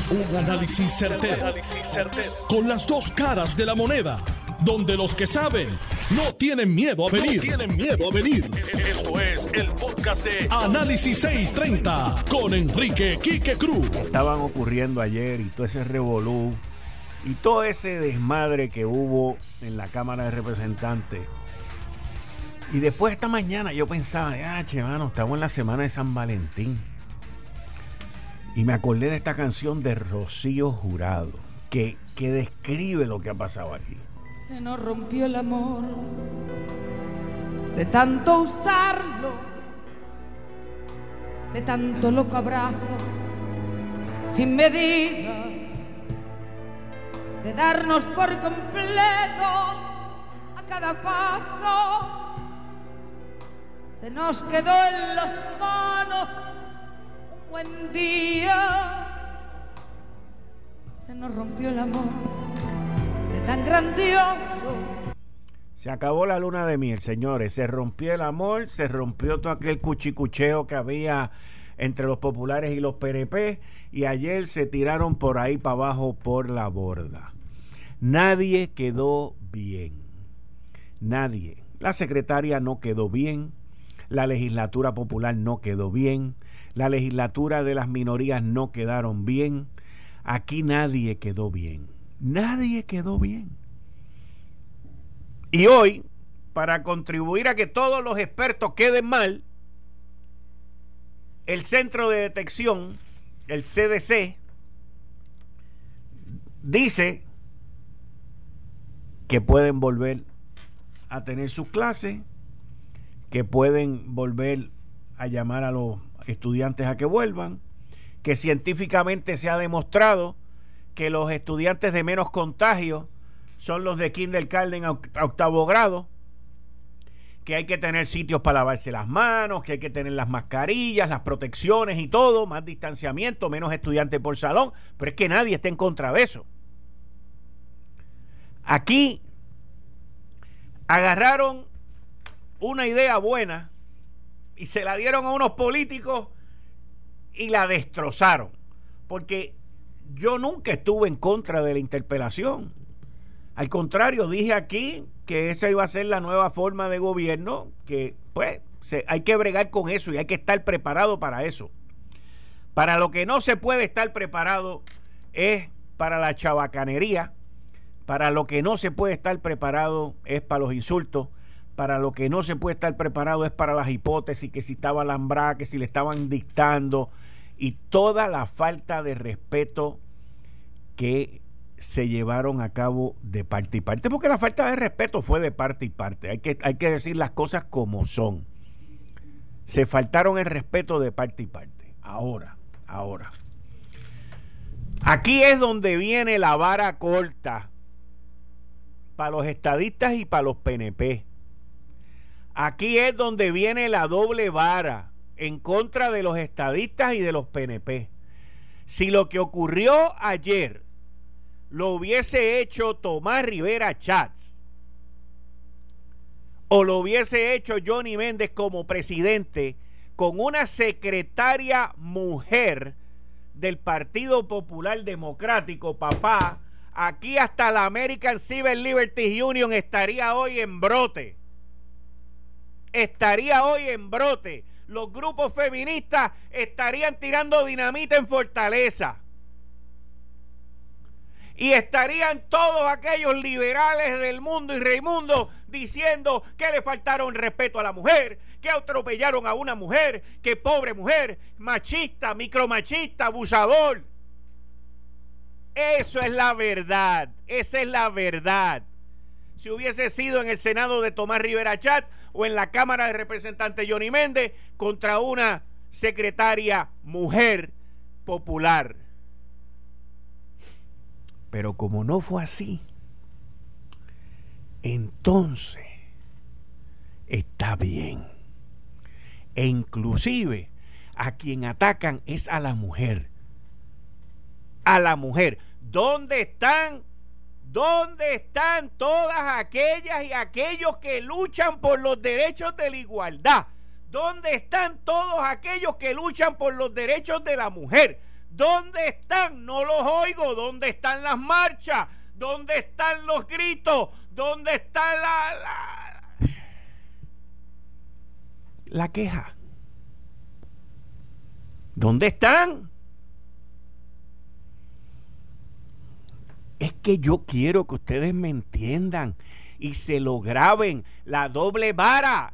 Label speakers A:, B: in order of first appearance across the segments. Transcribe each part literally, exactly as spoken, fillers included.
A: Un análisis certero, con las dos caras de la moneda, donde los que saben no tienen miedo a venir. No tienen miedo a venir. Esto es el podcast de Análisis seiscientos treinta con Enrique Quique Cruz.
B: Estaban ocurriendo ayer y todo ese revolú y todo ese desmadre que hubo en la Cámara de Representantes. Y después esta mañana yo pensaba, ah, che, mano, estamos en la semana de San Valentín. Y me acordé de esta canción de Rocío Jurado, que, que describe lo que ha pasado aquí.
C: Se nos rompió el amor de tanto usarlo, de tanto loco abrazo, sin medida, de darnos por completo a cada paso. Se nos quedó en las manos un buen día, se nos rompió el amor de tan grandioso.
B: Se acabó la luna de miel, señores. Se rompió el amor, se rompió todo aquel cuchicucheo que había entre los populares y los P N P, y ayer se tiraron por ahí para abajo por la borda. Nadie quedó bien. Nadie. La secretaria no quedó bien. La legislatura popular no quedó bien. La legislatura de las minorías no quedaron bien. Aquí nadie quedó bien. Nadie quedó bien. Y hoy, para contribuir a que todos los expertos queden mal, el Centro de Detección, el C D C, dice que pueden volver a tener sus clases, que pueden volver a llamar a los estudiantes a que vuelvan, que científicamente se ha demostrado que los estudiantes de menos contagio son los de kindergarten a octavo grado, que hay que tener sitios para lavarse las manos, que hay que tener las mascarillas, las protecciones y todo, más distanciamiento, menos estudiantes por salón, pero es que nadie está en contra de eso. Aquí agarraron una idea buena y se la dieron a unos políticos y la destrozaron, porque yo nunca estuve en contra de la interpelación. Al contrario, dije aquí que esa iba a ser la nueva forma de gobierno, que pues se, hay que bregar con eso y hay que estar preparado para eso. Para lo que no se puede estar preparado es para la chabacanería, para lo que no se puede estar preparado es para los insultos, para lo que no se puede estar preparado es para las hipótesis, que si estaba alambrada, que si le estaban dictando, y toda la falta de respeto que se llevaron a cabo de parte y parte, porque la falta de respeto fue de parte y parte. Hay que, hay que decir las cosas como son. Se faltaron el respeto de parte y parte. Ahora, ahora. Aquí es donde viene la vara corta para los estadistas y para los P N P. Aquí es donde viene la doble vara en contra de los estadistas y de los P N P. Si lo que ocurrió ayer lo hubiese hecho Tomás Rivera Chats o lo hubiese hecho Johnny Méndez como presidente con una secretaria mujer del Partido Popular Democrático, papá, aquí hasta la American Civil Liberties Union estaría hoy en brote. Estaría hoy en brote. Los grupos feministas estarían tirando dinamita en Fortaleza. Y estarían todos aquellos liberales del mundo y Raimundo diciendo que le faltaron respeto a la mujer, que atropellaron a una mujer, que pobre mujer, machista, micromachista, abusador. Eso es la verdad. Esa es la verdad. Si hubiese sido en el Senado de Tomás Rivera Chatz o en la Cámara de Representantes Johnny Méndez contra una secretaria mujer popular. Pero como no fue así, entonces está bien. E inclusive a quien atacan es a la mujer. A la mujer. ¿Dónde están? ¿Dónde están todas aquellas y aquellos que luchan por los derechos de la igualdad? ¿Dónde están todos aquellos que luchan por los derechos de la mujer? ¿Dónde están? No los oigo. ¿Dónde están las marchas? ¿Dónde están los gritos? ¿Dónde está la, la, la queja? ¿Dónde están? Es que yo quiero que ustedes me entiendan y se lo graben. La doble vara.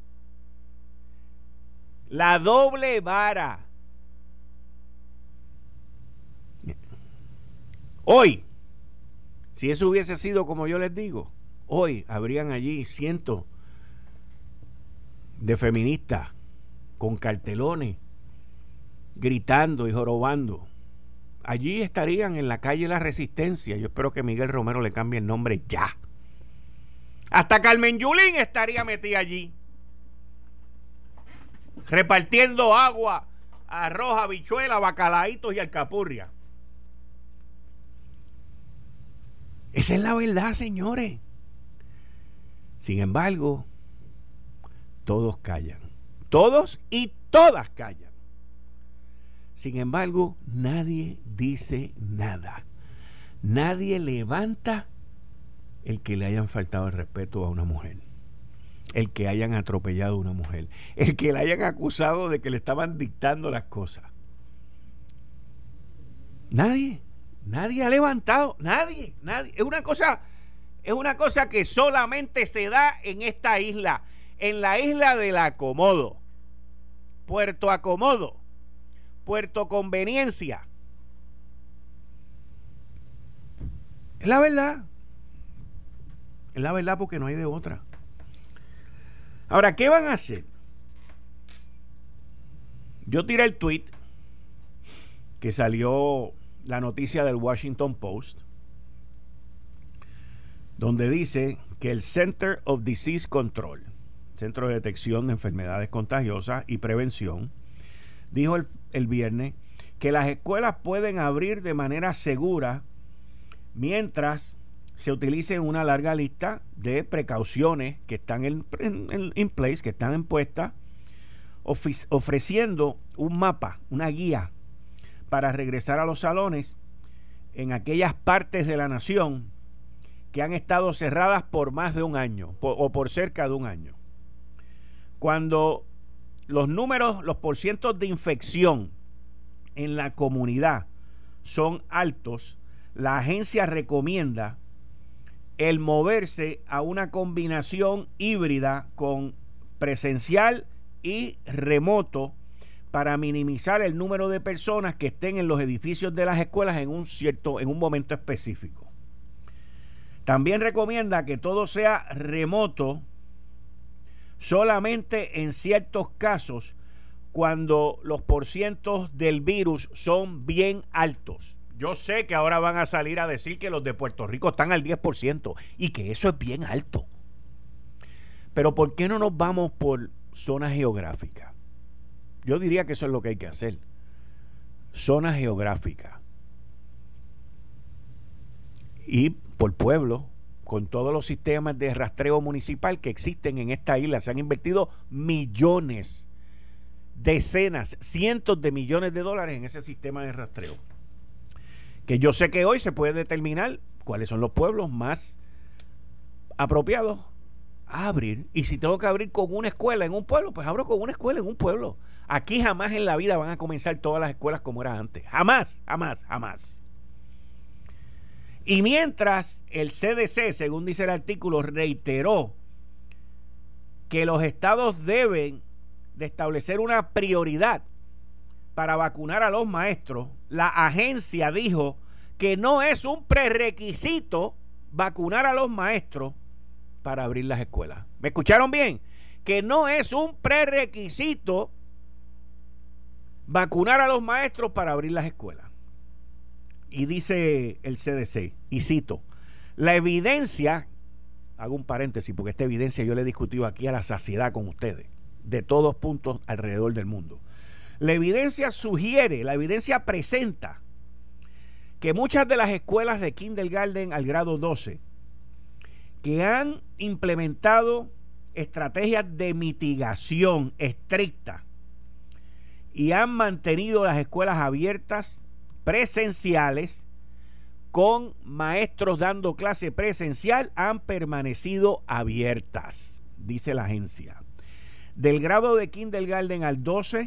B: La doble vara. Hoy, si eso hubiese sido como yo les digo, hoy habrían allí cientos de feministas con cartelones gritando y jorobando. Allí estarían en la calle La Resistencia. Yo espero que Miguel Romero le cambie el nombre ya. Hasta Carmen Yulín estaría metida allí, repartiendo agua, arroz, habichuela, bacalaitos y alcapurria. Esa es la verdad, señores. Sin embargo, todos callan. Todos y todas callan. Sin embargo, nadie dice nada. Nadie levanta el que le hayan faltado el respeto a una mujer, el que hayan atropellado a una mujer, el que le hayan acusado de que le estaban dictando las cosas. Nadie, nadie ha levantado, nadie, nadie. Es una cosa, es una cosa que solamente se da en esta isla, en la isla del Acomodo, Puerto Acomodo, Puerto Conveniencia. Es la verdad. Es la verdad, porque no hay de otra. Ahora, ¿qué van a hacer? Yo tiré el tweet que salió la noticia del Washington Post, donde dice que el Center of Disease Control, Centro de Detección de Enfermedades Contagiosas y Prevención, dijo el, el viernes que las escuelas pueden abrir de manera segura mientras se utilice una larga lista de precauciones que están en, en, en place, que están en puesta, ofic- ofreciendo un mapa, una guía para regresar a los salones en aquellas partes de la nación que han estado cerradas por más de un año por, o por cerca de un año. Cuando los números, los porcientos de infección en la comunidad son altos, la agencia recomienda el moverse a una combinación híbrida con presencial y remoto para minimizar el número de personas que estén en los edificios de las escuelas en un cierto, en un momento específico. También recomienda que todo sea remoto solamente en ciertos casos cuando los porcientos del virus son bien altos. Yo sé que ahora van a salir a decir que los de Puerto Rico están al diez por ciento y que eso es bien alto. Pero ¿por qué no nos vamos por zona geográfica? Yo diría que eso es lo que hay que hacer. Zona geográfica. Y por pueblo, con todos los sistemas de rastreo municipal que existen en esta isla, se han invertido millones, decenas, cientos de millones de dólares en ese sistema de rastreo. Que yo sé que hoy se puede determinar cuáles son los pueblos más apropiados a abrir. Y si tengo que abrir con una escuela en un pueblo, pues abro con una escuela en un pueblo. Aquí jamás en la vida van a comenzar todas las escuelas como era antes. Jamás, jamás, jamás. Y mientras el C D C, según dice el artículo, reiteró que los estados deben de establecer una prioridad para vacunar a los maestros, la agencia dijo que no es un prerequisito vacunar a los maestros para abrir las escuelas. ¿Me escucharon bien? Que no es un prerequisito vacunar a los maestros para abrir las escuelas. Y dice el C D C, y cito, la evidencia, hago un paréntesis porque esta evidencia yo la he discutido aquí a la saciedad con ustedes, de todos puntos alrededor del mundo. La evidencia sugiere, la evidencia presenta que muchas de las escuelas de kindergarten al grado doce que han implementado estrategias de mitigación estrictas y han mantenido las escuelas abiertas presenciales con maestros dando clase presencial han permanecido abiertas, dice la agencia. Del grado de kindergarten al doce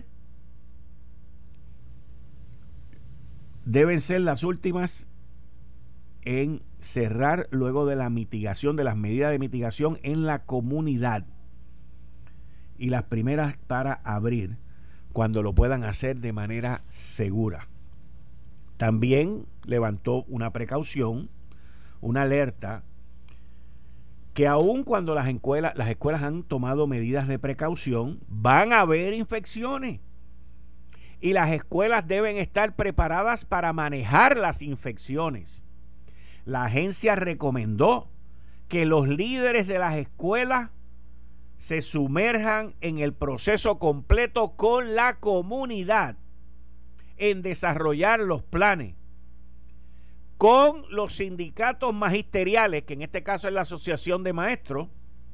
B: deben ser las últimas en cerrar luego de la mitigación, de las medidas de mitigación en la comunidad, y las primeras para abrir cuando lo puedan hacer de manera segura. También levantó una precaución, una alerta, que aun cuando las escuelas, las escuelas han tomado medidas de precaución, van a haber infecciones. Y las escuelas deben estar preparadas para manejar las infecciones. La agencia recomendó que los líderes de las escuelas se sumerjan en el proceso completo con la comunidad en desarrollar los planes con los sindicatos magisteriales, que en este caso es la Asociación de Maestros,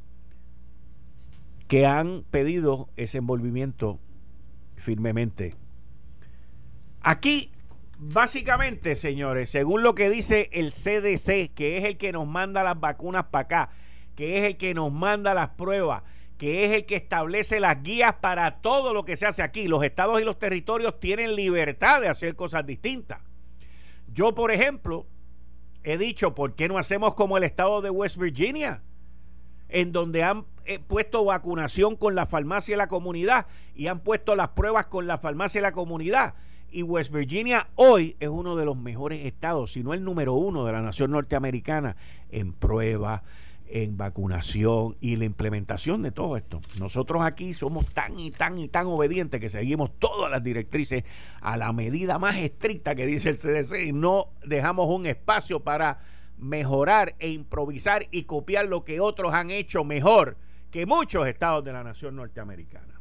B: que han pedido ese envolvimiento firmemente. Aquí, básicamente, señores, según lo que dice el C D C, que es el que nos manda las vacunas para acá, que es el que nos manda las pruebas, que es el que establece las guías para todo lo que se hace aquí. Los estados y los territorios tienen libertad de hacer cosas distintas. Yo, por ejemplo, he dicho, ¿por qué no hacemos como el estado de West Virginia? En donde han eh, puesto vacunación con la farmacia de la comunidad y han puesto las pruebas con la farmacia de la comunidad. Y West Virginia hoy es uno de los mejores estados, si no el número uno de la nación norteamericana en pruebas, en vacunación y la implementación de todo esto. Nosotros aquí somos tan y tan y tan obedientes que seguimos todas las directrices a la medida más estricta que dice el C D C y no dejamos un espacio para mejorar e improvisar y copiar lo que otros han hecho mejor que muchos estados de la nación norteamericana.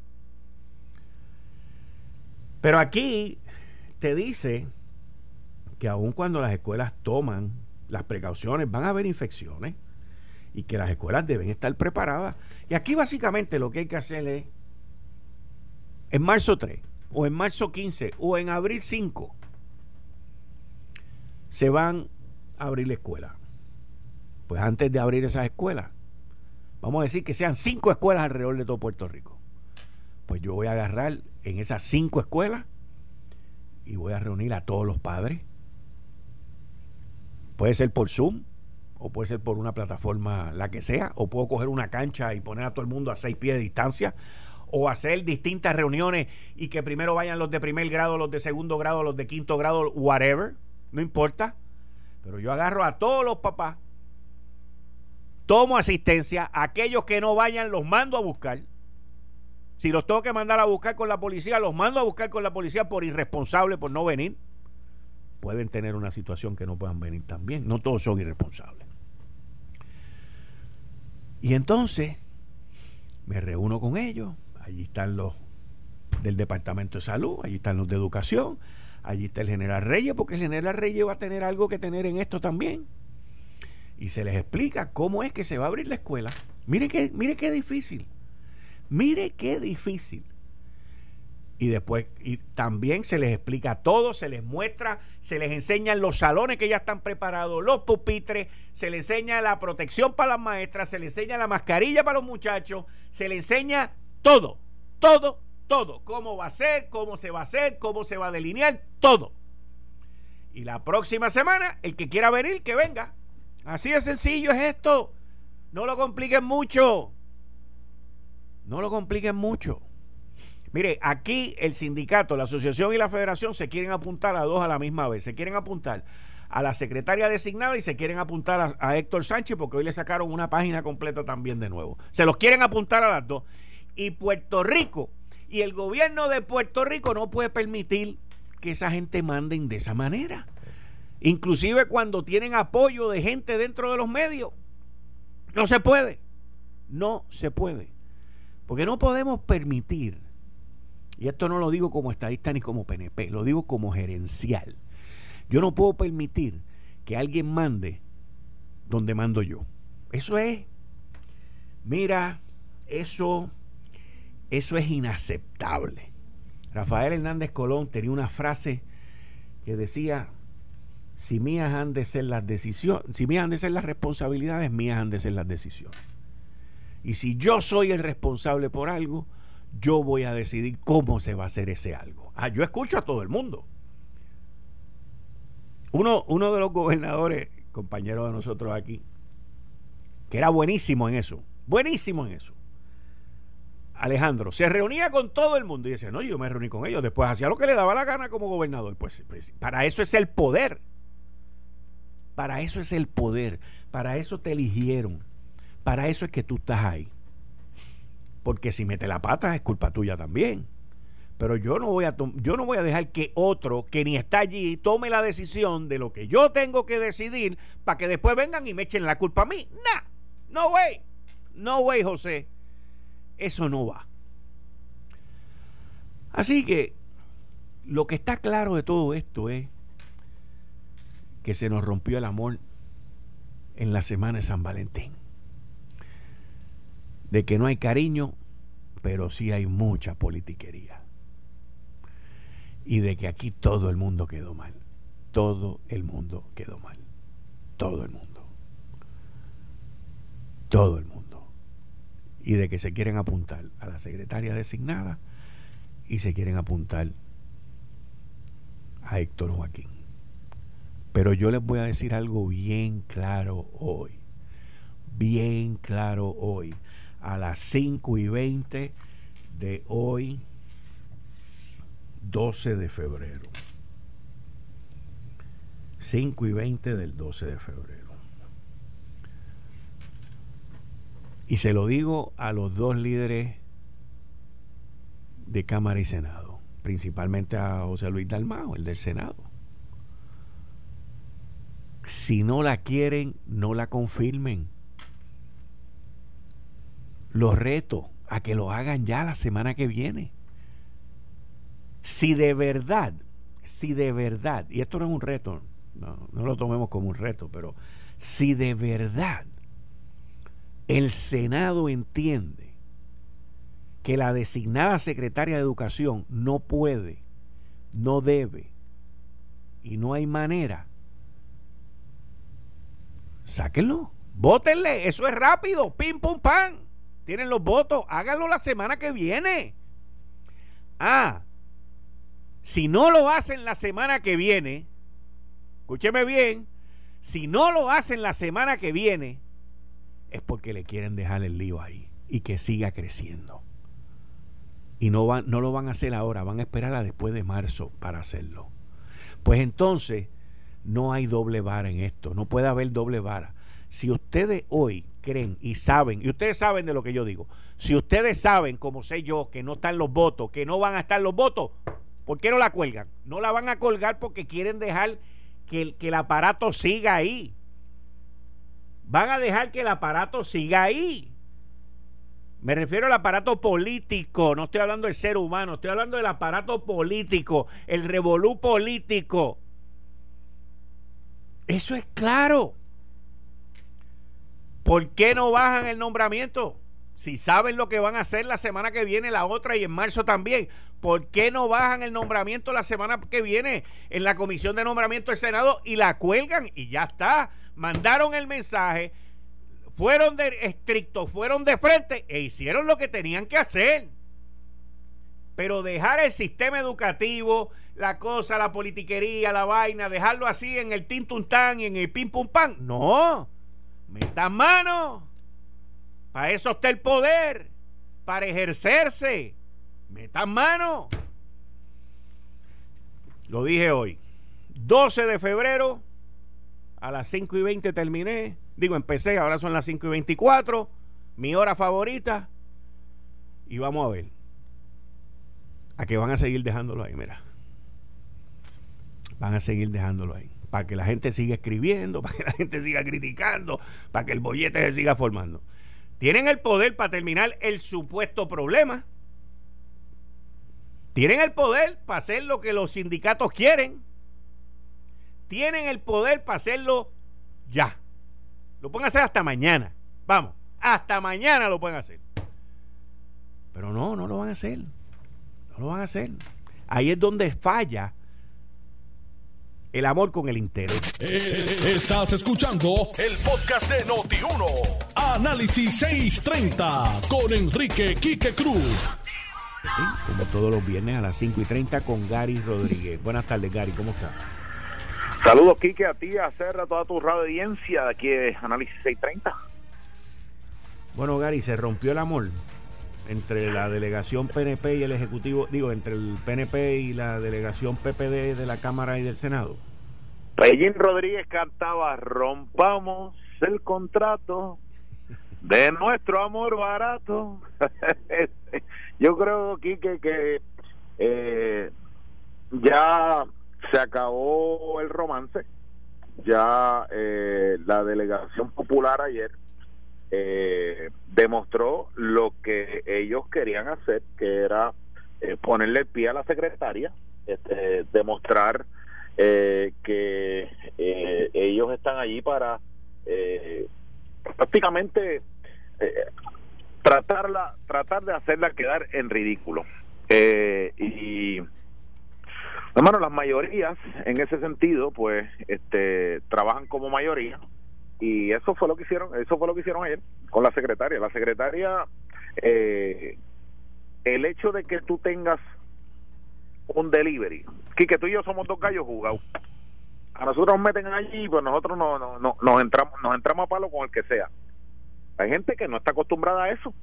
B: Pero aquí te dice que aun cuando las escuelas toman las precauciones, van a haber infecciones y que las escuelas deben estar preparadas. Y aquí básicamente lo que hay que hacer es, en marzo tres, o en marzo quince, o en abril cinco, se van a abrir la escuela. Pues antes de abrir esas escuelas, vamos a decir que sean cinco escuelas alrededor de todo Puerto Rico. Pues yo voy a agarrar en esas cinco escuelas y voy a reunir a todos los padres. Puede ser por Zoom, o puede ser por una plataforma, la que sea, o puedo coger una cancha y poner a todo el mundo a seis pies de distancia, o hacer distintas reuniones y que primero vayan los de primer grado, los de segundo grado, los de quinto grado, whatever, no importa. Pero yo agarro a todos los papás, tomo asistencia, aquellos que no vayan los mando a buscar. Si los tengo que mandar a buscar con la policía, los mando a buscar con la policía por irresponsable, por no venir. Pueden tener una situación que no puedan venir también. No todos son irresponsables. Y entonces me reúno con ellos. Allí están los del Departamento de Salud, allí están los de Educación, allí está el general Reyes, porque el general Reyes va a tener algo que tener en esto también. Y se les explica cómo es que se va a abrir la escuela. Mire qué, mire qué difícil. Mire qué difícil. Y después y también se les explica todo, se les muestra, se les enseñan los salones que ya están preparados, los pupitres, se les enseña la protección para las maestras, se les enseña la mascarilla para los muchachos, se les enseña todo, todo, todo, cómo va a ser, cómo se va a hacer, cómo se va a delinear, todo. Y la próxima semana, el que quiera venir, que venga. Así de sencillo es esto. No lo compliquen mucho. No lo compliquen mucho. Mire, aquí el sindicato, la asociación y la federación se quieren apuntar a dos a la misma vez. Se quieren apuntar a la secretaria designada y se quieren apuntar a, a Héctor Sánchez, porque hoy le sacaron una página completa también de nuevo. Se los quieren apuntar a las dos. Y Puerto Rico y el gobierno de Puerto Rico no puede permitir que esa gente manden de esa manera. Inclusive cuando tienen apoyo de gente dentro de los medios. No se puede. No se puede. Porque no podemos permitir, y esto no lo digo como estadista ni como P N P, lo digo como gerencial. Yo no puedo permitir que alguien mande donde mando yo. Eso es, mira, eso, eso es inaceptable. Rafael Hernández Colón tenía una frase que decía: si mías han de ser las decisiones, si mías han de ser las responsabilidades, mías han de ser las decisiones. Y si yo soy el responsable por algo, yo voy a decidir cómo se va a hacer ese algo. Ah, yo escucho a todo el mundo. Uno, uno de los gobernadores, compañeros de nosotros aquí, que era buenísimo en eso, buenísimo en eso, Alejandro, se reunía con todo el mundo y decía: no, yo me reuní con ellos, después hacía lo que le daba la gana como gobernador. Pues, pues para eso es el poder, para eso es el poder, para eso te eligieron, para eso es que tú estás ahí. Porque si mete la pata es culpa tuya también. Pero yo no voy a yo no voy a dejar que otro que ni está allí tome la decisión de lo que yo tengo que decidir para que después vengan y me echen la culpa a mí. Nah, no way, no way, José. Eso no va. Así que lo que está claro de todo esto es que se nos rompió el amor en la semana de San Valentín. De que no hay cariño, pero sí hay mucha politiquería. Y de que aquí todo el mundo quedó mal. Todo el mundo quedó mal. Todo el mundo. Todo el mundo. Y de que se quieren apuntar a la secretaria designada y se quieren apuntar a Héctor Joaquín. Pero yo les voy a decir algo bien claro hoy. Bien claro hoy. A las cinco y veinte de hoy, doce de febrero. cinco y veinte del doce de febrero. Y se lo digo a los dos líderes de Cámara y Senado, principalmente a José Luis Dalmau, el del Senado. Si no la quieren, no la confirmen. Los reto a que lo hagan ya la semana que viene. Si de verdad, si de verdad, y esto no es un reto, no, no lo tomemos como un reto, pero si de verdad el Senado entiende que la designada secretaria de Educación no puede, no debe y no hay manera, sáquenlo, vótenle, eso es rápido, pim pum pam, tienen los votos, háganlo la semana que viene. Ah, si no lo hacen la semana que viene, escúcheme bien, si no lo hacen la semana que viene, es porque le quieren dejar el lío ahí y que siga creciendo. Y no, van, no lo van a hacer ahora, van a esperar a después de marzo para hacerlo. Pues entonces no hay doble vara en esto, no puede haber doble vara. Si ustedes hoy creen y saben, y ustedes saben de lo que yo digo, si ustedes saben, como sé yo, que no están los votos, que no van a estar los votos, ¿por qué no la cuelgan? No la van a colgar porque quieren dejar que el, que el aparato siga ahí. Van a dejar que el aparato siga ahí. Me refiero al aparato político, no estoy hablando del ser humano, estoy hablando del aparato político, el revolú político. Eso es claro. ¿Por qué no bajan el nombramiento? Si saben lo que van a hacer la semana que viene, la otra y en marzo también. ¿Por qué no bajan el nombramiento la semana que viene en la comisión de nombramiento del Senado y la cuelgan? Y ya está. Mandaron el mensaje, fueron de estrictos, fueron de frente e hicieron lo que tenían que hacer. Pero dejar el sistema educativo, la cosa, la politiquería, la vaina, dejarlo así en el tintuntán y en el pim pum pam, no. Metan mano. Para eso está el poder, para ejercerse. Metan mano. Lo dije hoy. doce de febrero, a las cinco y veinte terminé. Digo, empecé, ahora son las cinco y veinticuatro. Mi hora favorita. Y vamos a ver. A que van a seguir dejándolo ahí, mira. Van a seguir dejándolo ahí. Para que la gente siga escribiendo, para que la gente siga criticando, para que el bollete se siga formando. Tienen el poder para terminar el supuesto problema. Tienen el poder para hacer lo que los sindicatos quieren. Tienen el poder para hacerlo ya. Lo pueden hacer hasta mañana. Vamos, hasta mañana lo pueden hacer. Pero no, no lo van a hacer. No lo van a hacer. Ahí es donde falla el amor con el interés.
A: Eh, estás escuchando el podcast de Noti uno. Análisis seiscientos treinta con Enrique Quique Cruz.
B: Sí, como todos los viernes a las cinco y treinta con Gary Rodríguez. Buenas tardes, Gary, ¿cómo estás?
D: Saludos, Quique, a ti, a Serra, a toda tu radio audiencia de aquí de Análisis seiscientos treinta.
B: Bueno, Gary, se rompió el amor entre la delegación P N P y el Ejecutivo, digo, entre el P N P y la delegación P P D de la Cámara y del Senado.
D: Pellín Rodríguez cantaba: rompamos el contrato de nuestro amor barato. Yo creo, Quique, que eh, ya se acabó el romance. Ya eh, la delegación popular ayer eh, demostró lo que ellos querían hacer, que era eh, ponerle el pie a la secretaria, este, demostrar eh, que eh, ellos están allí para eh, prácticamente eh, tratarla, tratar de hacerla quedar en ridículo. Eh, y hermano, las mayorías en ese sentido pues este trabajan como mayoría, y eso fue lo que hicieron eso fue lo que hicieron ayer con la secretaria. La secretaria, eh, el hecho de que tú tengas un delivery, que tú y yo somos dos gallos jugados, a nosotros nos meten allí, pues nosotros no, no, no, nos entramos nos entramos a palo con el que sea. Hay gente que no está acostumbrada a eso,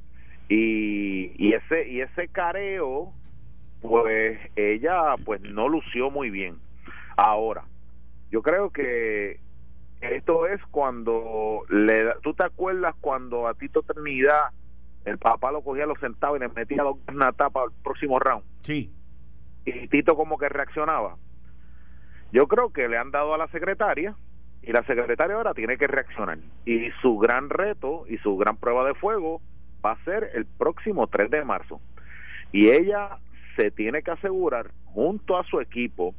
D: y, y ese y ese careo, pues ella pues no lució muy bien. Ahora, yo creo que esto es cuando le da, tú te acuerdas cuando a Tito Trinidad el papá lo cogía, lo sentaba y le metía una tapa al próximo round.
B: Sí.
D: Y Tito como que reaccionaba. Yo creo que le han dado a la secretaria, y la secretaria ahora tiene que reaccionar, y su gran reto y su gran prueba de fuego va a ser el próximo tres de marzo, y ella se tiene que asegurar junto a su equipo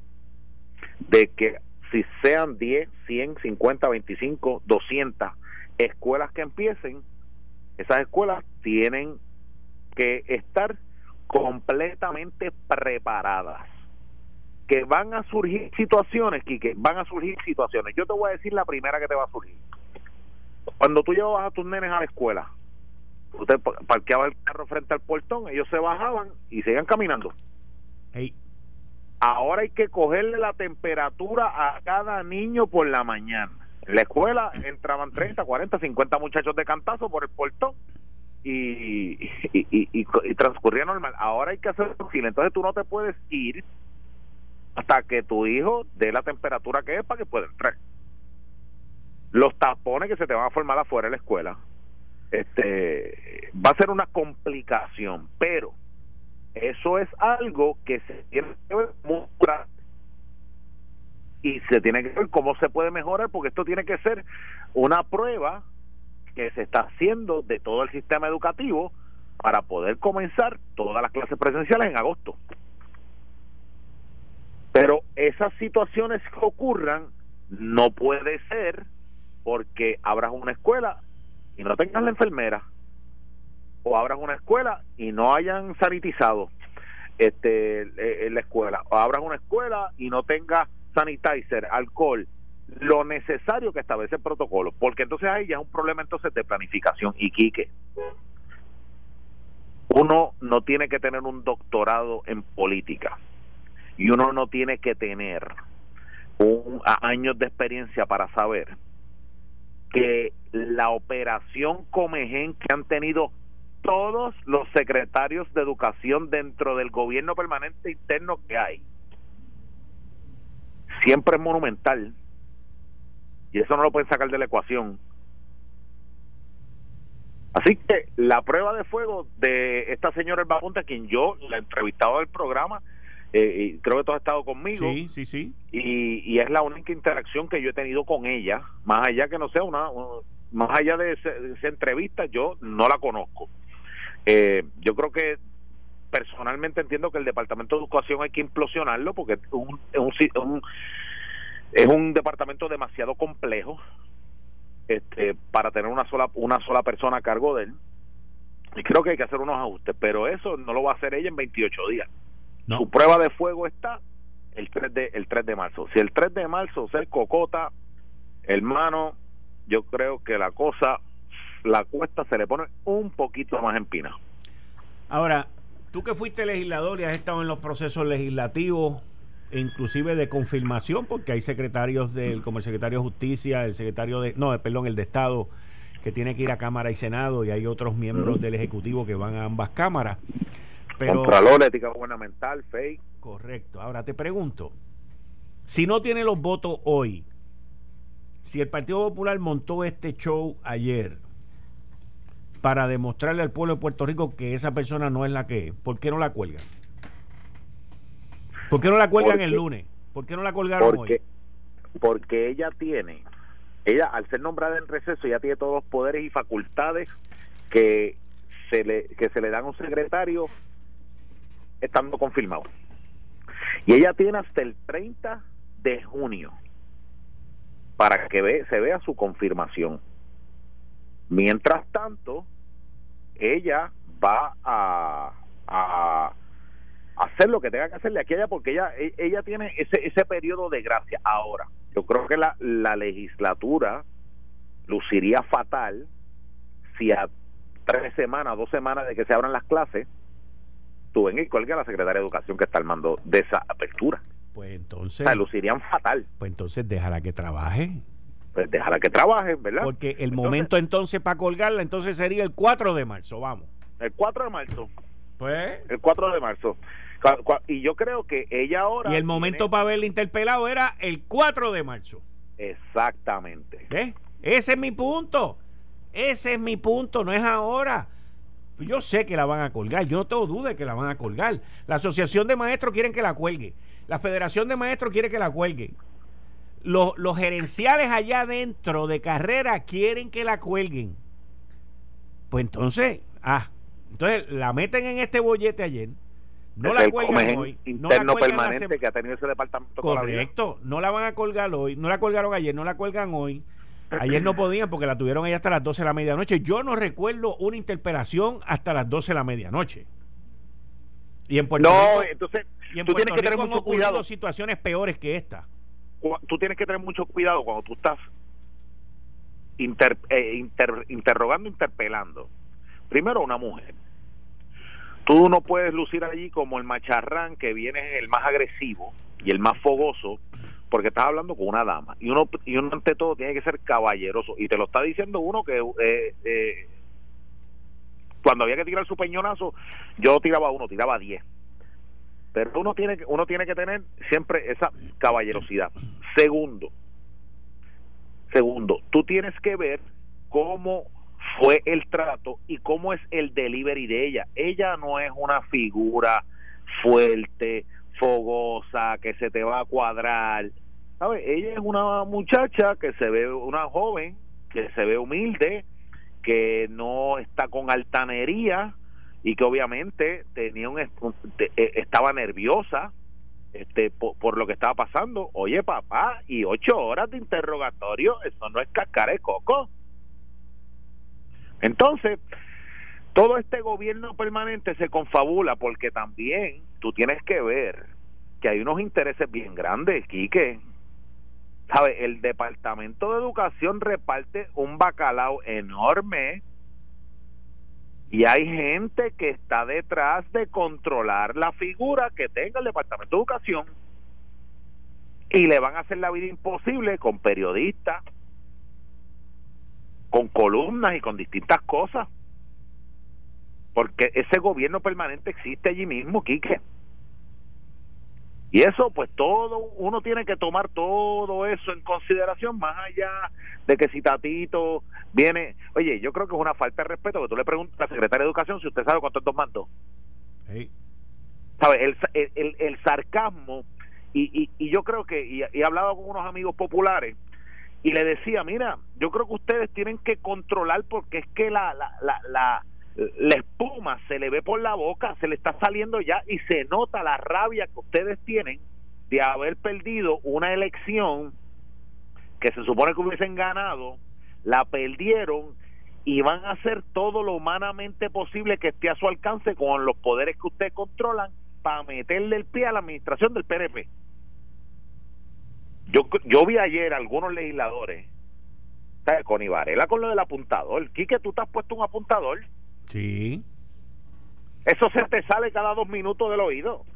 D: de que si sean diez, cien, cincuenta, veinticinco, doscientas escuelas que empiecen, esas escuelas tienen que estar completamente preparadas. Que van a surgir situaciones, Quique, van a surgir situaciones. Yo te voy a decir la primera que te va a surgir. Cuando tú llevabas a tus nenes a la escuela, tú te parqueabas el carro frente al portón, ellos se bajaban y seguían caminando.
B: Hey.
D: Ahora hay que cogerle la temperatura a cada niño por la mañana. En la escuela entraban treinta, cuarenta, cincuenta muchachos de cantazo por el portón y, y, y, y, y transcurría normal. Ahora hay que hacer fila. Entonces tú no te puedes ir hasta que tu hijo dé la temperatura que es para que pueda entrar. Los tapones que se te van a formar afuera de la escuela, este va a ser una complicación, pero eso es algo que se tiene que ver muy grande y se tiene que ver cómo se puede mejorar, porque esto tiene que ser una prueba que se está haciendo de todo el sistema educativo para poder comenzar todas las clases presenciales en agosto. Pero esas situaciones que ocurran no puede ser porque abras una escuela y no tengas la enfermera, o abras una escuela y no hayan sanitizado este en la escuela, o abras una escuela y no tengas sanitizer, alcohol, lo necesario que establece el protocolo, porque entonces ahí ya es un problema entonces de planificación. Y Quique, uno no tiene que tener un doctorado en política, y uno no tiene que tener un, años de experiencia para saber que la operación Comején que han tenido todos los secretarios de educación dentro del gobierno permanente interno que hay siempre es monumental, y eso no lo pueden sacar de la ecuación. Así que la prueba de fuego de esta señora Elba Ponte, a quien yo la he entrevistado del programa, eh, y creo que tú has estado conmigo,
B: sí, sí, sí,
D: y, y es la única interacción que yo he tenido con ella, más allá que no sea una, una más allá de, ese, de esa entrevista, yo no la conozco. Eh, yo creo que personalmente entiendo que el Departamento de Educación hay que implosionarlo, porque es un, es un, un, es un departamento demasiado complejo este, para tener una sola una sola persona a cargo de él, y creo que hay que hacer unos ajustes, pero eso no lo va a hacer ella en veintiocho días. No. Su prueba de fuego está el tres de el tres de marzo. Si el tres de marzo se cocota, hermano, yo creo que la cosa, la cuesta se le pone un poquito más empinada.
B: Ahora, tú que fuiste legislador y has estado en los procesos legislativos, inclusive de confirmación, porque hay secretarios del, como el secretario de Justicia, el secretario de, no, perdón, el de Estado, que tiene que ir a Cámara y Senado, y hay otros miembros del Ejecutivo que van a ambas cámaras. Pero,
D: Contralor, ética gubernamental, F E I.
B: Correcto. Ahora te pregunto, si no tiene los votos hoy, si el Partido Popular montó este show ayer para demostrarle al pueblo de Puerto Rico que esa persona no es la que es, ¿por qué no la cuelgan? ¿Por qué no la cuelgan el lunes? ¿Por qué no la colgaron
D: porque,
B: hoy?
D: Porque ella tiene, ella al ser nombrada en receso, ya tiene todos los poderes y facultades que se le que se le dan a un secretario estando confirmado. Y ella tiene hasta el treinta de junio para que ve, se vea su confirmación. Mientras tanto, ella va a, a hacer lo que tenga que hacerle aquí a ella, porque ella ella tiene ese ese periodo de gracia. Ahora, yo creo que la, la legislatura luciría fatal si a tres semanas, dos semanas de que se abran las clases, tú ven y cuelga a la secretaria de Educación que está al mando de esa apertura.
B: Pues entonces...
D: O sea, lucirían fatal.
B: Pues entonces déjala que trabaje.
D: Pues déjala que trabaje, ¿verdad?
B: Porque el
D: entonces,
B: momento entonces para colgarla, entonces sería el cuatro de marzo, vamos.
D: El cuatro de marzo.
B: Pues...
D: El cuatro de marzo. Y yo creo que ella ahora...
B: Y el momento tiene... para haberle interpelado era el cuatro de marzo.
D: Exactamente.
B: ¿Ves? Ese es mi punto. Ese es mi punto, no es ahora. Yo sé que la van a colgar, yo no tengo duda de que la van a colgar. La Asociación de Maestros quieren que la cuelgue. La Federación de Maestros quiere que la cuelgue. Los, los gerenciales allá adentro de carrera quieren que la cuelguen. Pues entonces, ah, entonces la meten en este bollete ayer. No
D: es
B: la
D: el
B: cuelgan hoy.
D: Interno
B: no la cuelgan
D: permanente
B: hace...
D: que ha tenido ese departamento.
B: Correcto, no la van a colgar hoy. No la colgaron ayer, no la cuelgan hoy. Ayer no podían porque la tuvieron ahí hasta las doce de la medianoche. Yo no recuerdo una interpelación hasta las doce de la medianoche. Y en Puerto
D: no,
B: Rico,
D: entonces
B: y en
D: tú
B: Puerto
D: tienes que
B: Rico
D: tener
B: han
D: mucho
B: ocurrido
D: cuidado.
B: situaciones peores que esta.
D: Tú tienes que tener mucho cuidado cuando tú estás inter, eh, inter, interrogando, interpelando. Primero a una mujer. Tú no puedes lucir allí como el macharrán que viene el más agresivo y el más fogoso, porque estás hablando con una dama y uno y uno ante todo tiene que ser caballeroso, y te lo está diciendo uno que eh, eh, cuando había que tirar su peñonazo yo tiraba uno, tiraba diez, pero uno tiene que uno tiene que tener siempre esa caballerosidad. Segundo, segundo, tú tienes que ver cómo fue el trato y cómo es el delivery de ella. Ella no es una figura fuerte, fogosa, que se te va a cuadrar, ¿sabes? Ella es una muchacha que se ve, una joven que se ve humilde, que no está con altanería y que obviamente tenía un estaba nerviosa este por, por lo que estaba pasando. Oye, papá, y ocho horas de interrogatorio, eso no es cascar el coco. Entonces, todo este gobierno permanente se confabula porque también tú tienes que ver que hay unos intereses bien grandes, Quique. ¿Sabes? El Departamento de Educación reparte un bacalao enorme y hay gente que está detrás de controlar la figura que tenga el Departamento de Educación, y le van a hacer la vida imposible con periodistas, con columnas y con distintas cosas, porque ese gobierno permanente existe allí mismo, Quique. Y eso, pues todo, uno tiene que tomar todo eso en consideración, más allá de que si Tatito viene... Oye, yo creo que es una falta de respeto que tú le preguntes a la secretaria de Educación si usted sabe cuántos dos mandó.
B: Hey.
D: ¿Sabes? El, el, el, el sarcasmo, y, y, y yo creo que, y, y he hablado con unos amigos populares, y le decía, mira, yo creo que ustedes tienen que controlar, porque es que la la, la, la la espuma se le ve por la boca, se le está saliendo ya, y se nota la rabia que ustedes tienen de haber perdido una elección que se supone que hubiesen ganado, la perdieron, y van a hacer todo lo humanamente posible que esté a su alcance con los poderes que ustedes controlan para meterle el pie a la administración del P N P. Yo yo vi ayer algunos legisladores, ¿sabes? Con Varela con lo del apuntador. Quique, ¿tú te has puesto un apuntador?
B: Sí.
D: Eso se te sale cada dos minutos del oído.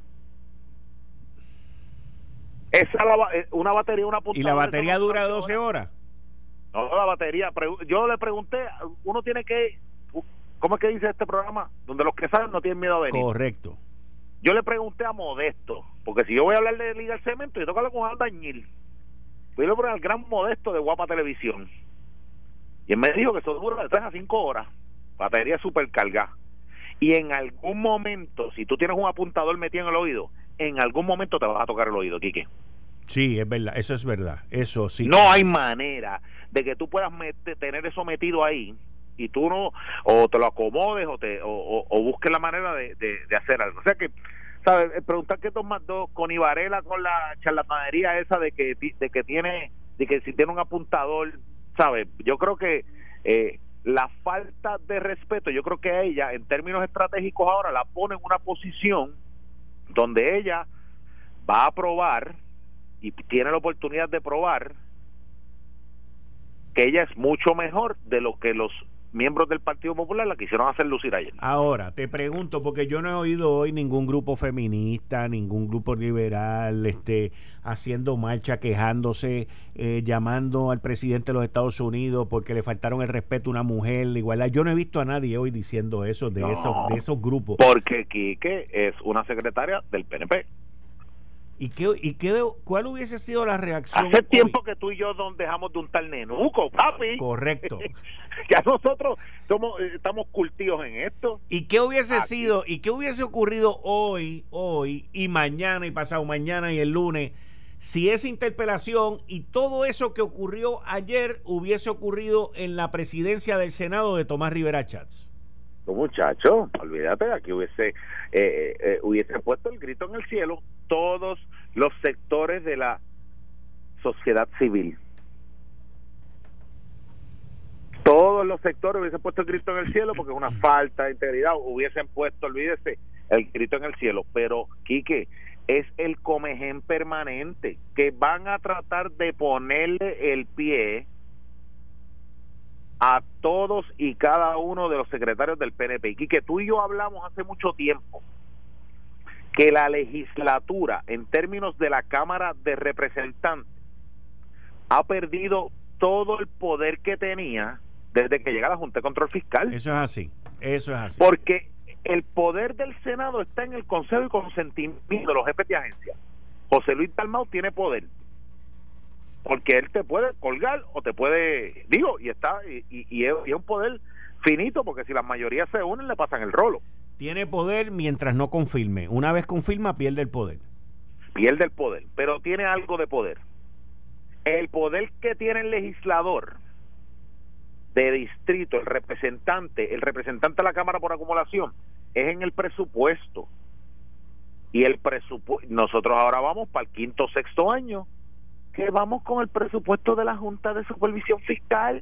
D: Esa la, una batería, una apuntador.
B: ¿Y la batería dura doce horas?
D: No, la batería. Yo le pregunté, uno tiene que... ¿Cómo es que dice este programa? Donde los que saben no tienen miedo a venir.
B: Correcto.
D: Yo le pregunté a Modesto, porque si yo voy a hablar de Liga del Cemento, yo tengo que hablar con albañil. Fui a poner al gran Modesto de Guapa Televisión. Y él me dijo que eso dura de tres a cinco horas. Batería super cargada. Y en algún momento, si tú tienes un apuntador metido en el oído, en algún momento te vas a tocar el oído, Quique.
B: Sí, es verdad, eso es verdad. Eso sí.
D: No hay manera de que tú puedas meter, tener eso metido ahí y tú no, o te lo acomodes o te o, o, o busques la manera de, de, de hacer algo. O sea que, ¿sabes? Preguntar qué tomas dos con Varela, con la charlatanería esa de que de que tiene, de que si tiene un apuntador, ¿sabes? Yo creo que eh, la falta de respeto, yo creo que a ella, en términos estratégicos ahora, la pone en una posición donde ella va a probar y tiene la oportunidad de probar que ella es mucho mejor de lo que los miembros del Partido Popular la quisieron hacer lucir ayer.
B: Ahora, te pregunto, porque yo no he oído hoy ningún grupo feminista, ningún grupo liberal, este, haciendo marcha, quejándose, eh, llamando al presidente de los Estados Unidos porque le faltaron el respeto a una mujer, la igualdad. Yo no he visto a nadie hoy diciendo eso de, no, esos, de esos grupos.
D: Porque Quique es una secretaria del P N P.
B: ¿Y qué, y qué, cuál hubiese sido la reacción?
D: Hace tiempo que tú y yo nos dejamos de un tal nenuco, papi.
B: Correcto.
D: Ya nosotros somos, estamos curtidos en esto.
B: ¿Y qué hubiese
D: Aquí.
B: sido, y qué hubiese ocurrido hoy, hoy, y mañana, y pasado mañana, y el lunes, si esa interpelación y todo eso que ocurrió ayer hubiese ocurrido en la presidencia del Senado de Tomás Rivera Chats?
D: Muchacho, olvídate, aquí hubiese eh, eh, hubiese puesto el grito en el cielo todos los sectores de la sociedad civil. Todos los sectores hubiesen puesto el grito en el cielo porque es una falta de integridad, hubiesen puesto, olvídese, el grito en el cielo. Pero, Quique, es el comején permanente, que van a tratar de ponerle el pie a todos y cada uno de los secretarios del P N P. Y que tú y yo hablamos hace mucho tiempo que la legislatura, en términos de la Cámara de Representantes, ha perdido todo el poder que tenía desde que llega la Junta de Control Fiscal.
B: Eso es así, eso es así.
D: Porque el poder del Senado está en el consejo y consentimiento de los jefes de agencia. José Luis Dalmau tiene poder, porque él te puede colgar o te puede, digo, y está y, y, y, es, y es un poder finito, porque si las mayorías se unen le pasan el rolo.
B: Tiene poder mientras no confirme. Una vez confirma, pierde el poder.
D: Pierde el poder, pero tiene algo de poder. El poder que tiene el legislador de distrito, el representante, el representante de la Cámara por acumulación, es en el presupuesto. Y el presupuesto, nosotros ahora vamos para el quinto o sexto año, que vamos con el presupuesto de la Junta de Supervisión Fiscal.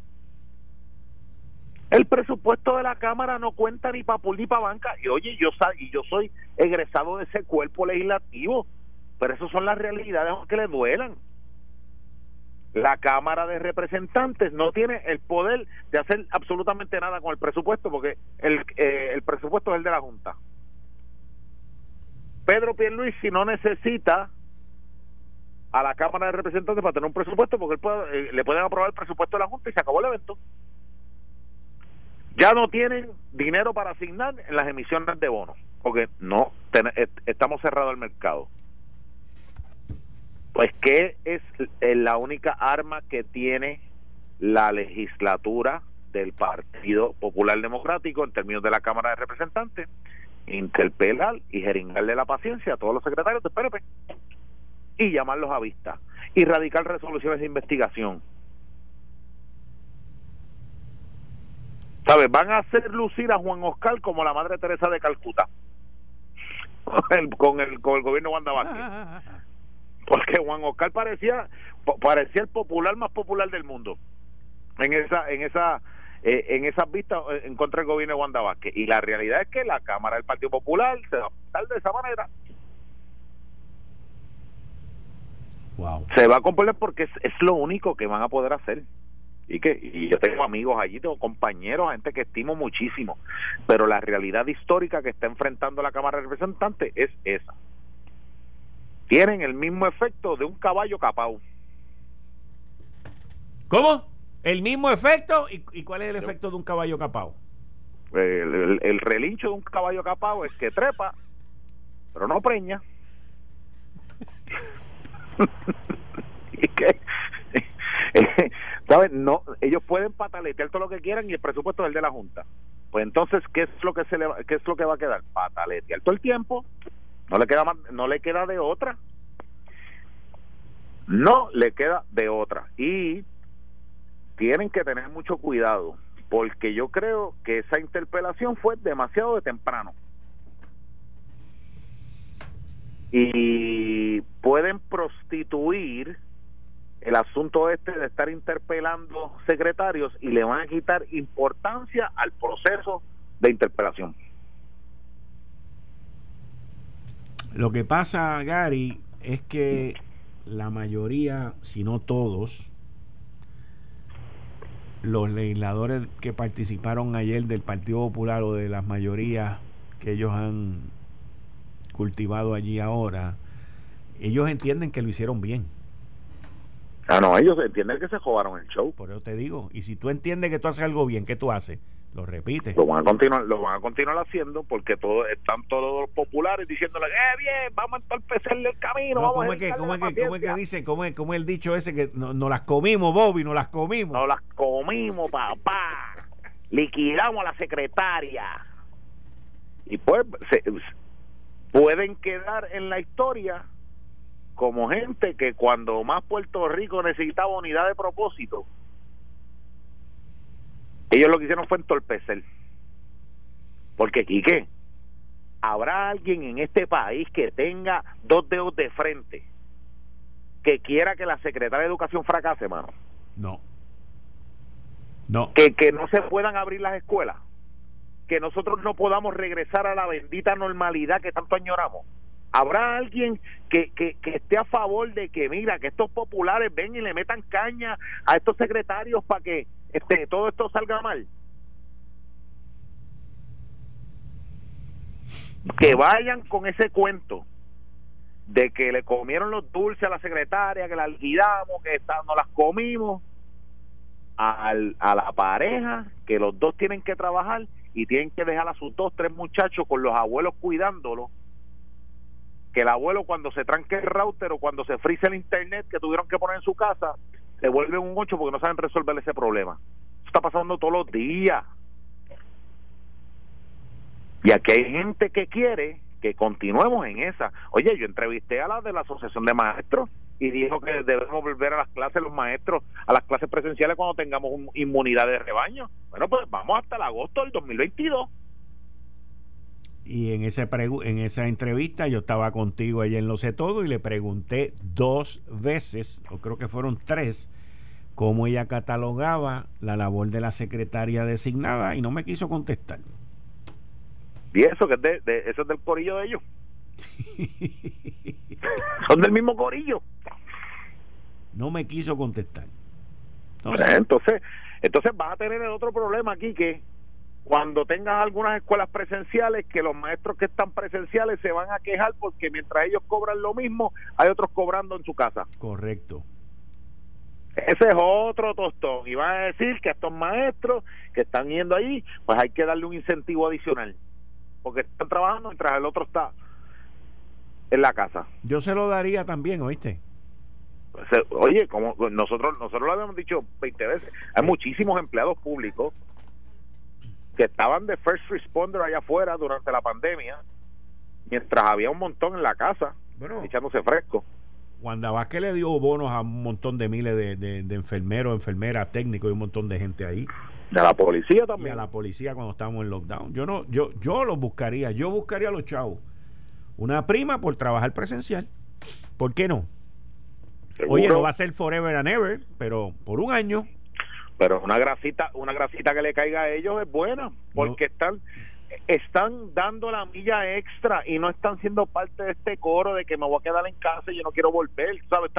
D: El presupuesto de la Cámara no cuenta ni para pool ni para banca. Y oye, yo, y yo soy egresado de ese cuerpo legislativo, pero esas son las realidades que le duelan. La Cámara de Representantes no tiene el poder de hacer absolutamente nada con el presupuesto, porque el, eh, el presupuesto es el de la Junta. Pedro Pierluisi no necesita a la Cámara de Representantes para tener un presupuesto, porque él puede, eh, le pueden aprobar el presupuesto de la Junta y se acabó el evento. Ya no tienen dinero para asignar en las emisiones de bonos, porque no ten, estamos cerrados al mercado. Pues que es la única arma que tiene la legislatura del Partido Popular Democrático en términos de la Cámara de Representantes: interpelar y jeringarle la paciencia a todos los secretarios del P N P y llamarlos a vista y radicar resoluciones de investigación. ¿Sabes? Van a hacer lucir a Juan Oscar como la Madre Teresa de Calcuta con el, con el, con el gobierno de Wanda Vázquez. Porque Juan Oscar parecía parecía el popular más popular del mundo en esa en esa eh, en esas vistas en contra del gobierno de Wanda Vázquez. Y la realidad es que la Cámara del Partido Popular se va a pasar de esa manera.
B: Wow.
D: Se va a componer porque es, es lo único que van a poder hacer. Y que y yo tengo amigos allí, tengo compañeros, gente que estimo muchísimo, pero la realidad histórica que está enfrentando la Cámara de Representantes es esa. Tienen el mismo efecto de un caballo capao.
B: ¿Cómo? ¿El mismo efecto? ¿Y, y cuál es el efecto de un caballo capao?
D: El, el, el relincho de un caballo capao es que trepa, pero no preña. ¿Y qué? ¿Sabes? No, ellos pueden pataletear todo lo que quieran y el presupuesto es el de la Junta. Pues entonces, ¿qué es lo que se le va, qué es lo que va a quedar? Pataletear todo el tiempo. No le queda más, no le queda de otra. No le queda de otra. Y tienen que tener mucho cuidado, porque yo creo que esa interpelación fue demasiado de temprano. Y pueden prostituir el asunto este de estar interpelando secretarios y le van a quitar importancia al proceso de interpelación.
B: Lo que pasa, Gary, es que la mayoría, si no todos, los legisladores que participaron ayer del Partido Popular o de las mayorías que ellos han cultivado allí ahora, ellos entienden que lo hicieron bien.
D: Ah, no, ellos entienden que se jugaron el show.
B: Por eso te digo, y si tú entiendes que tú haces algo bien, ¿qué tú haces? Lo repites.
D: Lo van a continuar, lo van a continuar haciendo porque todo, están todos los populares diciéndole, eh, bien, vamos a entorpecerle el camino.
B: No,
D: vamos
B: ¿cómo,
D: a
B: es que, ¿cómo, es que, ¿Cómo es que dice? ¿Cómo es, cómo es el dicho ese que nos no las comimos, Bobby? Nos las comimos.
D: Nos las comimos, papá. Liquidamos a la secretaria. Y pues se, pueden quedar en la historia como gente que cuando más Puerto Rico necesitaba unidad de propósito, ellos lo que hicieron fue entorpecer. Porque, Quique, ¿habrá alguien en este país que tenga dos dedos de frente que quiera que la Secretaría de Educación fracase, mano?
B: No. No.
D: Que, que no se puedan abrir las escuelas, que nosotros no podamos regresar a la bendita normalidad que tanto añoramos. ¿Habrá alguien que, que, que esté a favor de que, mira, que estos populares ven y le metan caña a estos secretarios para que este todo esto salga mal? Que vayan con ese cuento de que le comieron los dulces a la secretaria, que la liquidamos, que está, no las comimos, al, a la pareja, que los dos tienen que trabajar y tienen que dejar a sus dos, tres muchachos con los abuelos cuidándolos, que el abuelo cuando se tranque el router o cuando se frise el internet que tuvieron que poner en su casa, se vuelve un ocho porque no saben resolver ese problema. Eso está pasando todos los días. Y aquí hay gente que quiere que continuemos en esa. Oye, yo entrevisté a la de la Asociación de Maestros y dijo que debemos volver a las clases los maestros, a las clases presenciales cuando tengamos un, inmunidad de rebaño. Bueno, pues vamos hasta el agosto del dos mil veintidós.
B: Y en ese pregu- en esa entrevista yo estaba contigo ayer en Lo Sé Todo y le pregunté dos veces, o creo que fueron tres, cómo ella catalogaba la labor de la secretaria designada y no me quiso contestar.
D: Y eso que es de, de, eso es del corillo de ellos. Son del mismo corillo.
B: No me quiso contestar.
D: Entonces, entonces, entonces vas a tener el otro problema aquí, que cuando tengas algunas escuelas presenciales, que los maestros que están presenciales se van a quejar porque mientras ellos cobran lo mismo, hay otros cobrando en su casa.
B: Correcto.
D: Ese es otro tostón. Y van a decir que a estos maestros que están yendo ahí, pues hay que darle un incentivo adicional, porque están trabajando mientras el otro está en la casa.
B: Yo se lo daría también, ¿oíste?
D: Pues, oye, como nosotros nosotros lo habíamos dicho veinte veces, hay muchísimos empleados públicos que estaban de first responder allá afuera durante la pandemia, mientras había un montón en la casa, bueno, echándose fresco.
B: Wanda Vázquez le dio bonos a un montón de miles de, de, de enfermeros, enfermeras, técnicos y un montón de gente ahí.
D: Y a la policía también.
B: Y a la policía cuando estábamos en lockdown. Yo no, yo, yo los buscaría, yo buscaría a los chavos una prima por trabajar presencial. ¿Por qué no? ¿Seguro? Oye, no va a ser forever and ever, pero por un año.
D: Pero una grasita, una grasita que le caiga a ellos es buena, porque no. están están dando la milla extra y no están siendo parte de este coro de que me voy a quedar en casa y yo no quiero volver, ¿sabes? Están,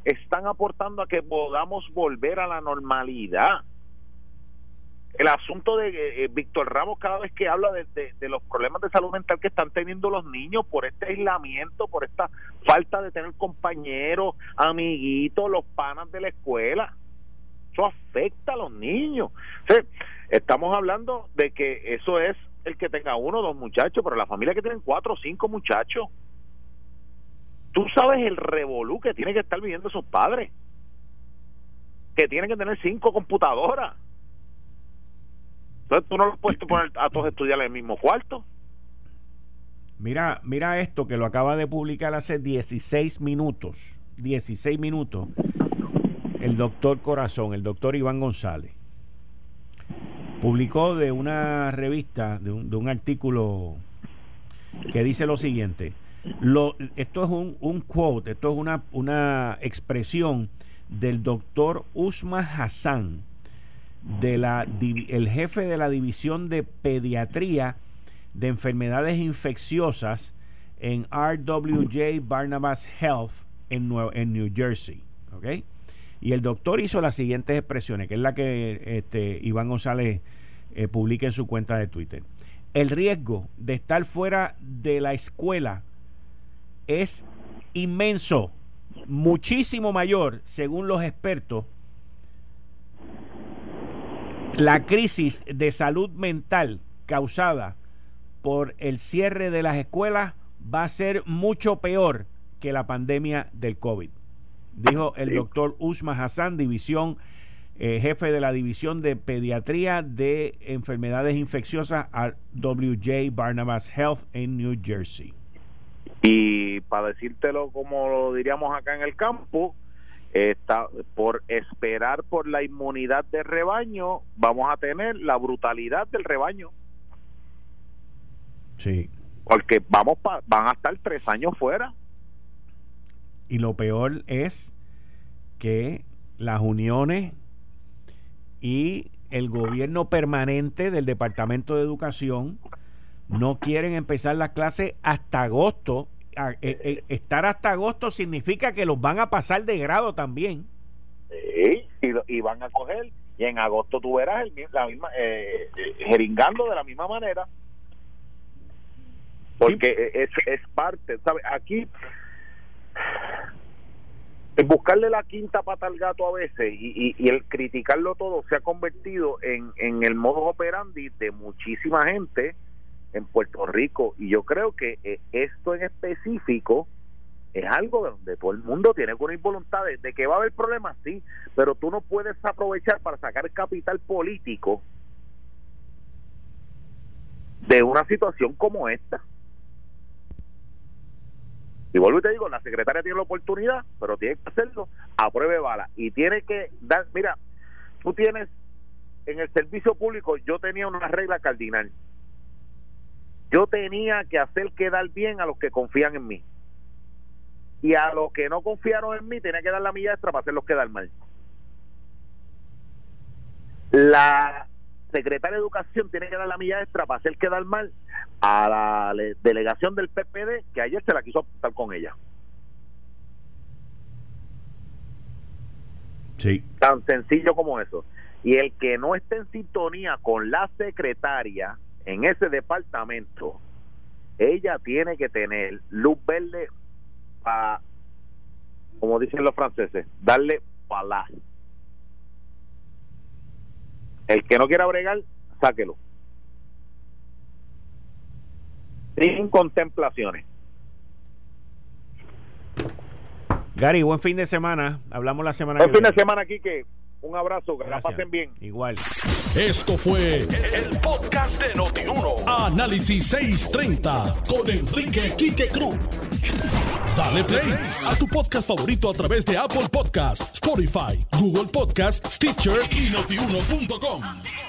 D: están aportando a que podamos volver a la normalidad. El asunto de eh, Víctor Ramos, cada vez que habla de, de, de los problemas de salud mental que están teniendo los niños por este aislamiento, por esta falta de tener compañeros, amiguitos, los panas de la escuela, eso afecta a los niños. O sea, estamos hablando de que eso es el que tenga uno o dos muchachos, pero la familia que tienen cuatro o cinco muchachos, tú sabes el revolú que tienen que estar viviendo esos padres, que tienen que tener cinco computadoras. Entonces tú no los puedes poner a todos a estudiar en el mismo cuarto.
B: Mira, mira esto que lo acaba de publicar hace dieciséis minutos. dieciséis minutos. El doctor Corazón, el doctor Iván González, publicó de una revista, de un, de un artículo que dice lo siguiente. Lo, esto es un, un quote, esto es una, una expresión del doctor Usma Hassan, de la, el jefe de la división de pediatría de enfermedades infecciosas en R W J Barnabas Health en, Nueva, en New Jersey, ¿ok? Y el doctor hizo las siguientes expresiones, que es la que este, Iván González eh, publica en su cuenta de Twitter. El riesgo de estar fuera de la escuela es inmenso, muchísimo mayor, según los expertos. La crisis de salud mental causada por el cierre de las escuelas va a ser mucho peor que la pandemia del COVID, dijo el doctor Usma Hassan, división, eh, jefe de la división de pediatría de enfermedades infecciosas R W J Barnabas Health en New Jersey.
D: Y para decírtelo como lo diríamos acá en el campo, está por esperar por la inmunidad de rebaño, vamos a tener la brutalidad del rebaño.
B: Sí.
D: Porque vamos pa, van a estar tres años fuera.
B: Y lo peor es que las uniones y el gobierno permanente del Departamento de Educación no quieren empezar las clases hasta agosto. A, eh, eh, estar hasta agosto significa que los van a pasar de grado también.
D: Sí, y, y van a coger, y en agosto tú verás el, la misma eh, eh, jeringando de la misma manera, porque sí. es, es parte, ¿sabes? Aquí el buscarle la quinta pata al gato a veces y, y, y el criticarlo todo se ha convertido en, en el modus operandi de muchísima gente en Puerto Rico, y yo creo que eh, esto en específico es algo de donde todo el mundo tiene una voluntad de, de que va a haber problemas, sí, pero tú no puedes aprovechar para sacar capital político de una situación como esta. Y vuelvo y te digo, la secretaria tiene la oportunidad, pero tiene que hacerlo a prueba de bala, y tiene que dar, mira, tú tienes en el servicio público, yo tenía una regla cardinal. Yo tenía que hacer quedar bien a los que confían en mí. Y a los que no confiaron en mí, tenía que dar la milla extra para hacerlos quedar mal. La secretaria de Educación tiene que dar la milla extra para hacer quedar mal a la delegación del P P D, que ayer se la quiso apuntar con ella.
B: Sí.
D: Tan sencillo como eso. Y el que no esté en sintonía con la secretaria en ese departamento, ella tiene que tener luz verde para, como dicen los franceses, darle palá. El que no quiera bregar, sáquelo. Sin contemplaciones.
B: Gary, buen fin de semana. Hablamos la semana
D: buen
B: que
D: fin
B: viene.
D: de semana, Quique. Un abrazo, que
B: Gracias.
D: la pasen bien.
B: Igual.
A: Esto fue el podcast de Noti uno. Análisis seiscientos treinta con Enrique Quique Cruz. Dale play a tu podcast favorito a través de Apple Podcasts, Spotify, Google Podcasts, Stitcher y notiuno punto com.